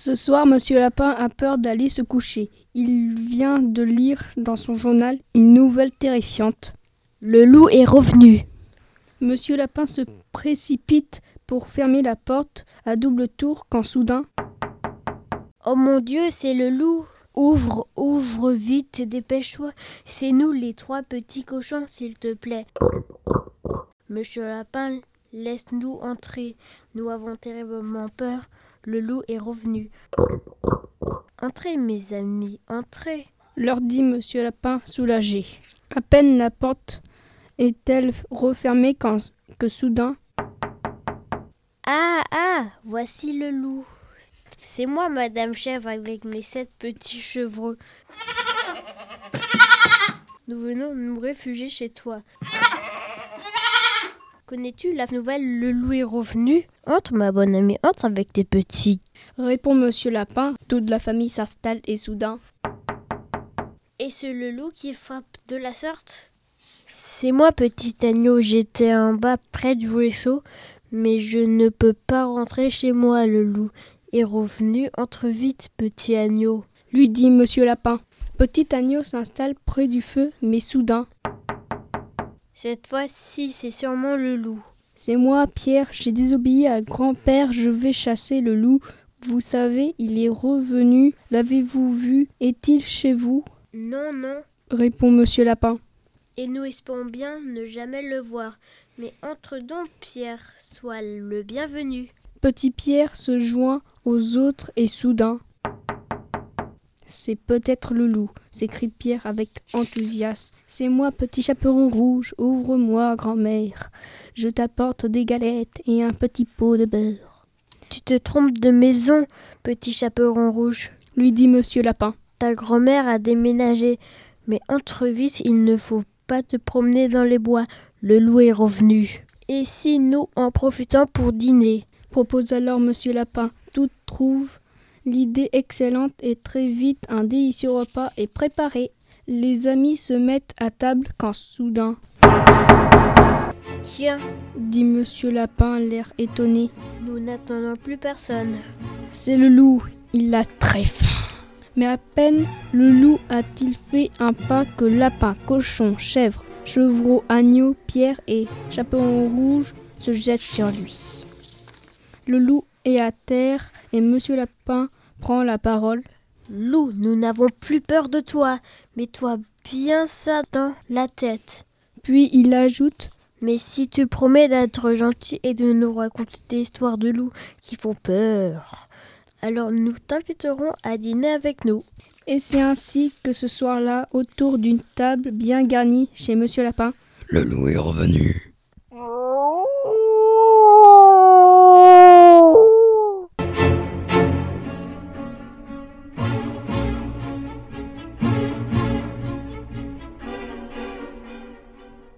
Ce soir, Monsieur Lapin a peur d'aller se coucher. Il vient de lire dans son journal une nouvelle terrifiante. Le loup est revenu. Monsieur Lapin se précipite pour fermer la porte à double tour quand soudain... Oh mon Dieu, c'est le loup! Ouvre vite, dépêche-toi. C'est nous les 3 petits cochons, s'il te plaît. Monsieur Lapin, laisse-nous entrer. Nous avons terriblement peur. Le loup est revenu. Entrez, mes amis, entrez. Leur dit Monsieur Lapin soulagé. À peine la porte est-elle refermée que soudain... Ah, voici le loup. C'est moi, Madame Chèvre, avec mes 7 petits chevreux. Nous venons nous réfugier chez toi. Connais-tu la nouvelle, le loup est revenu? Entre, ma bonne amie, entre avec tes petits. Répond Monsieur Lapin. Toute la famille s'installe et soudain... Et c'est le loup qui frappe de la sorte? C'est moi, petit agneau, j'étais en bas près du ruisseau, mais je ne peux pas rentrer chez moi, le loup est revenu. Entre vite, petit agneau. Lui dit Monsieur Lapin. Petit agneau s'installe près du feu, mais soudain... Cette fois-ci, c'est sûrement le loup. C'est moi, Pierre, j'ai désobéi à grand-père, je vais chasser le loup. Vous savez, il est revenu. L'avez-vous vu? Est-il chez vous? Non, Répond Monsieur Lapin. Et nous espérons bien ne jamais le voir. Mais entre donc, Pierre, sois le bienvenu. Petit Pierre se joint aux autres et soudain... C'est peut-être le loup, s'écrie Pierre avec enthousiasme. C'est moi, petit chaperon rouge, ouvre-moi, grand-mère. Je t'apporte des galettes et un petit pot de beurre. Tu te trompes de maison, petit chaperon rouge, lui dit Monsieur Lapin. Ta grand-mère a déménagé, mais entre vite, il ne faut pas te promener dans les bois. Le loup est revenu. Et si nous en profitons pour dîner? Propose alors Monsieur Lapin. Tout trouve l'idée excellente et très vite un délicieux repas est préparé. Les amis se mettent à table quand soudain... Tiens, dit Monsieur Lapin, l'air étonné. Nous n'attendons plus personne. C'est le loup, il a très faim. Mais à peine le loup a-t-il fait un pas que lapin, cochon, chèvre, chevreau, agneau, pierre et chaperon rouge se jettent sur lui. Le loup est à terre et Monsieur Lapin prend la parole. Loup, nous n'avons plus peur de toi. Mets-toi bien ça dans la tête. Puis il ajoute... Mais si tu promets d'être gentil et de nous raconter des histoires de loups qui font peur, alors nous t'inviterons à dîner avec nous. Et c'est ainsi que ce soir-là, autour d'une table bien garnie chez Monsieur Lapin, le loup est revenu.